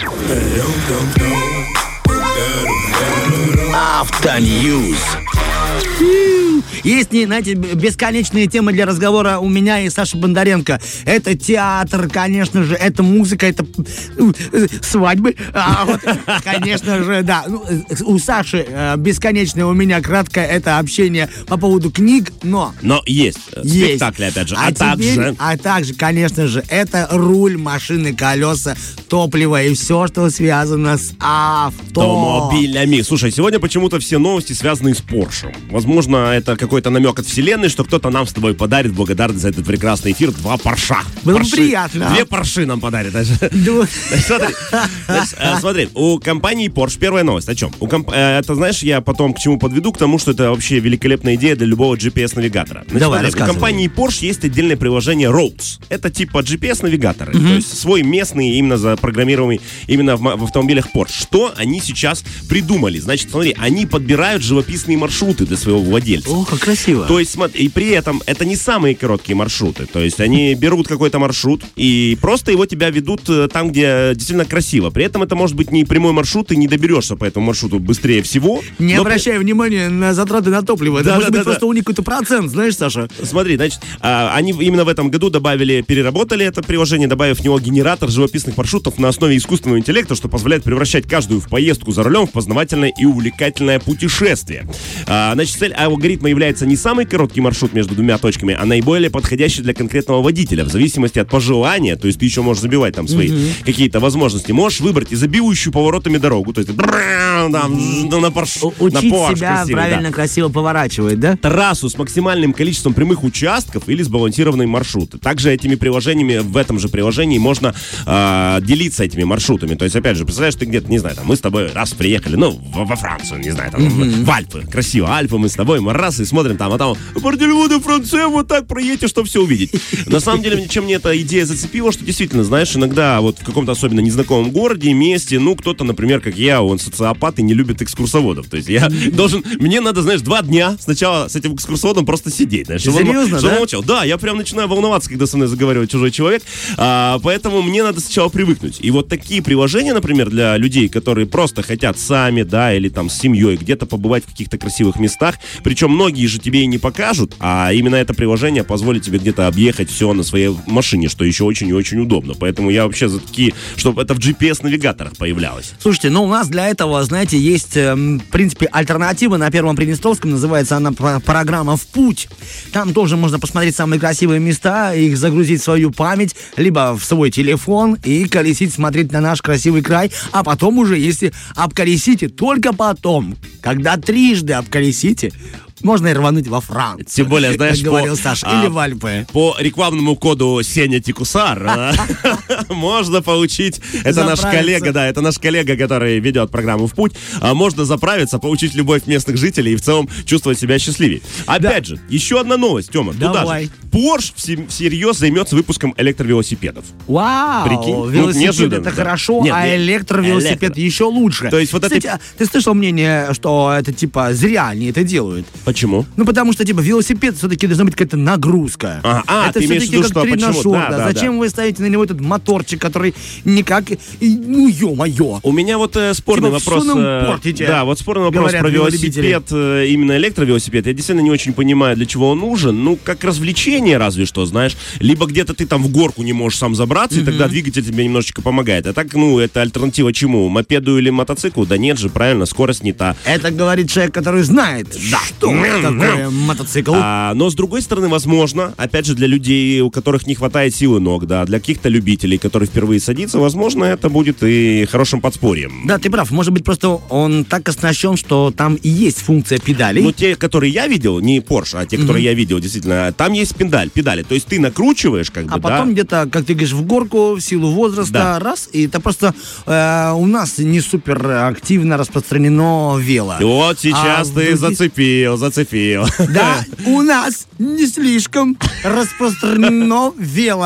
Автоньюз. Есть, знаете, бесконечные темы для разговора у меня и Саши Бондаренко. Это театр, конечно же, это музыка, это свадьбы. А вот, конечно же, да. У Саши бесконечное, у меня краткое, это общение по поводу книг, но есть спектакли, опять же. А также, конечно же, это руль, машины, колеса, топливо и все, что связано с автомобилями. Слушай, сегодня почему-то все новости связаны с Porsche. Возможно, это какой-то намек от вселенной, что кто-то нам с тобой подарит в благодарность за этот прекрасный эфир 2 Порша. Было бы приятно. 2 Порши нам подарит. Смотри, у компании Porsche первая новость. О чем? Это, знаешь, я потом к чему подведу? К тому, что это вообще великолепная идея для любого GPS-навигатора. Давай, у компании Porsche есть отдельное приложение Roads. Это типа GPS-навигаторы. То есть свой местный, именно запрограммируемый именно в автомобилях Porsche. Что они сейчас придумали? Значит, смотри, они подбирают живописные маршруты для своего владельца. О, как красиво. То есть, смотри, и при этом это не самые короткие маршруты. То есть они берут какой-то маршрут и просто его тебя ведут там, где действительно красиво. При этом это может быть не прямой маршрут, и не доберешься по этому маршруту быстрее всего. Не обращая внимания на затраты на топливо. Это может быть просто у них какой-то процент, знаешь, Саша? Смотри, значит, они именно в этом году переработали это приложение, добавив в него генератор живописных маршрутов на основе искусственного интеллекта, что позволяет превращать каждую в поездку за рулем в познавательное и увлекательное путешествие. Значит, цель алгоритма является не самый короткий маршрут между двумя точками, а наиболее подходящий для конкретного водителя, в зависимости от пожелания. То есть ты еще можешь забивать там свои какие-то возможности. Можешь выбрать изобилующую поворотами дорогу, то есть на Порш. Учить себя правильно, красиво поворачивать, да? Трассу с максимальным количеством прямых участков или сбалансированные маршруты. Также этими приложениями, в этом же приложении можно делиться этими маршрутами. То есть, опять же, представляешь, ты где-то, не знаю, там, мы с тобой раз приехали, во Францию, не знаю, там, в Альпы. Красиво, Альпы мы с тобой, мы раз и смотрим там, а там Бордельвуд де Франце, вот так проедете, чтобы все увидеть. На самом деле, чем мне эта идея зацепила, что действительно, знаешь, иногда вот в каком-то особенно незнакомом городе, месте, кто-то, например, как я, он социопат и не любит экскурсоводов. То есть мне надо, знаешь, 2 дня сначала с этим экскурсоводом просто сидеть. Знаешь, серьезно, чтобы он молчал. Да, я прям начинаю волноваться, когда со мной заговаривает чужой человек, поэтому мне надо сначала привыкнуть. И вот такие приложения, например, для людей, которые просто хотят сами, да, или там с семьей где-то побывать в каких-то красивых местах, причем многие же тебе и не покажут, а именно это приложение позволит тебе где-то объехать все на своей машине, что еще очень и очень удобно. Поэтому я вообще за такие, чтобы это в GPS-навигаторах появлялось. Слушайте, у нас для этого, знаете, есть, в принципе, альтернатива на Первом Приднестровском, называется она программа «В путь». Там тоже можно посмотреть самые красивые места, их загрузить в свою память, либо в свой телефон и колесить, смотреть на наш красивый край, а потом уже, если обколесите, только потом, когда трижды обколесите, можно и рвануть во Францию. Тем более, знаешь, как говорил Саша, или в Альпы. По рекламному коду Сеня Тикусар можно получить, это наш коллега, да, это наш коллега, который ведет программу «В путь», можно заправиться, получить любовь местных жителей и в целом чувствовать себя счастливее. Опять же, еще одна новость, Тёма, туда же. Porsche всерьез займется выпуском электровелосипедов. Вау! Прикинь? Велосипед это хорошо, а электровелосипед еще лучше. То есть вот кстати, ты слышал мнение, что это типа зря они это делают? Почему? Потому что типа велосипед все-таки должна быть какая-то нагрузка. Это все-таки как тренажер. Зачем вы ставите на него этот моторчик, который никак... ё-моё. У меня вот спорный вопрос. Да, вот спорный вопрос про велосипед, именно электровелосипед. Я действительно не очень понимаю, для чего он нужен. Как развлечение разве что, знаешь. Либо где-то ты там в горку не можешь сам забраться, и тогда двигатель тебе немножечко помогает. А так, это альтернатива чему? Мопеду или мотоциклу? Да нет же, правильно, скорость не та. Это говорит человек, который знает, что такое мотоцикл. Но с другой стороны, возможно, опять же, для людей, у которых не хватает силы ног, да, для каких-то любителей, которые впервые садятся, возможно, это будет и хорошим подспорьем. Да, ты прав. Может быть, просто он так оснащен, что там и есть функция педалей. Но те, которые я видел, не Porsche, а те, которые я видел, действительно, там есть педали. То есть ты накручиваешь, а потом где-то, как ты говоришь, в горку, в силу возраста, раз, и это просто у нас не супер активно распространено вело. Вот сейчас ты зацепил. Да, у нас не слишком распространено вело.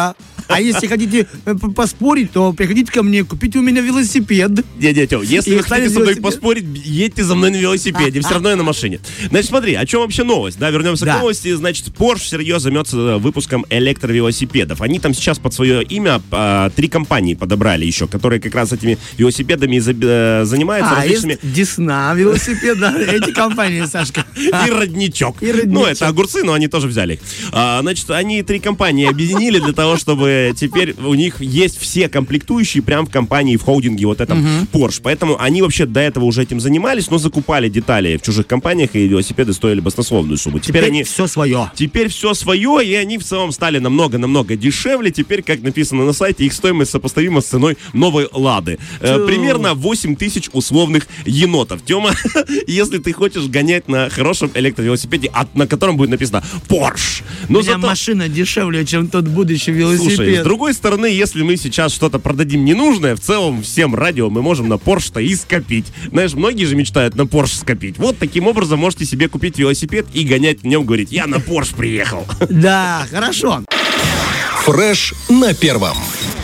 А если хотите поспорить, то приходите ко мне, купите у меня велосипед. Не, Тём, если вы хотите со мной поспорить, едьте за мной на велосипеде, все равно я на машине. Значит, смотри, о чем вообще новость? Да, вернемся к новости. Значит, Porsche всерьез займется выпуском электровелосипедов. Они там сейчас под свое имя 3 компании подобрали еще, которые как раз этими велосипедами занимаются различными... Десна велосипед, да, эти компании, Сашка. И родничок. Ну, это огурцы, но они тоже взяли их. Значит, они 3 компании объединили для того, чтобы теперь у них есть все комплектующие прямо в компании, в холдинге вот этом Porsche. Поэтому они вообще до этого уже этим занимались, но закупали детали в чужих компаниях, и велосипеды стоили баснословную сумму. Теперь они... все свое. Теперь все свое, и они в целом стали намного-намного дешевле. Теперь, как написано на сайте, их стоимость сопоставима с ценой новой Лады. Примерно 8 тысяч условных енотов. Тёма, если ты хочешь гонять на хорошем электровелосипеде, на котором будет написано Porsche. У меня машина дешевле, чем тот будущий велосипед. Слушай, с другой стороны, если мы сейчас что-то продадим ненужное, в целом всем радио мы можем на Porsche-то и скопить. Знаешь, многие же мечтают на Porsche скопить. Вот таким образом можете себе купить велосипед и гонять в нем, говорить, я на Porsche приехал. Да, хорошо. Фреш на первом.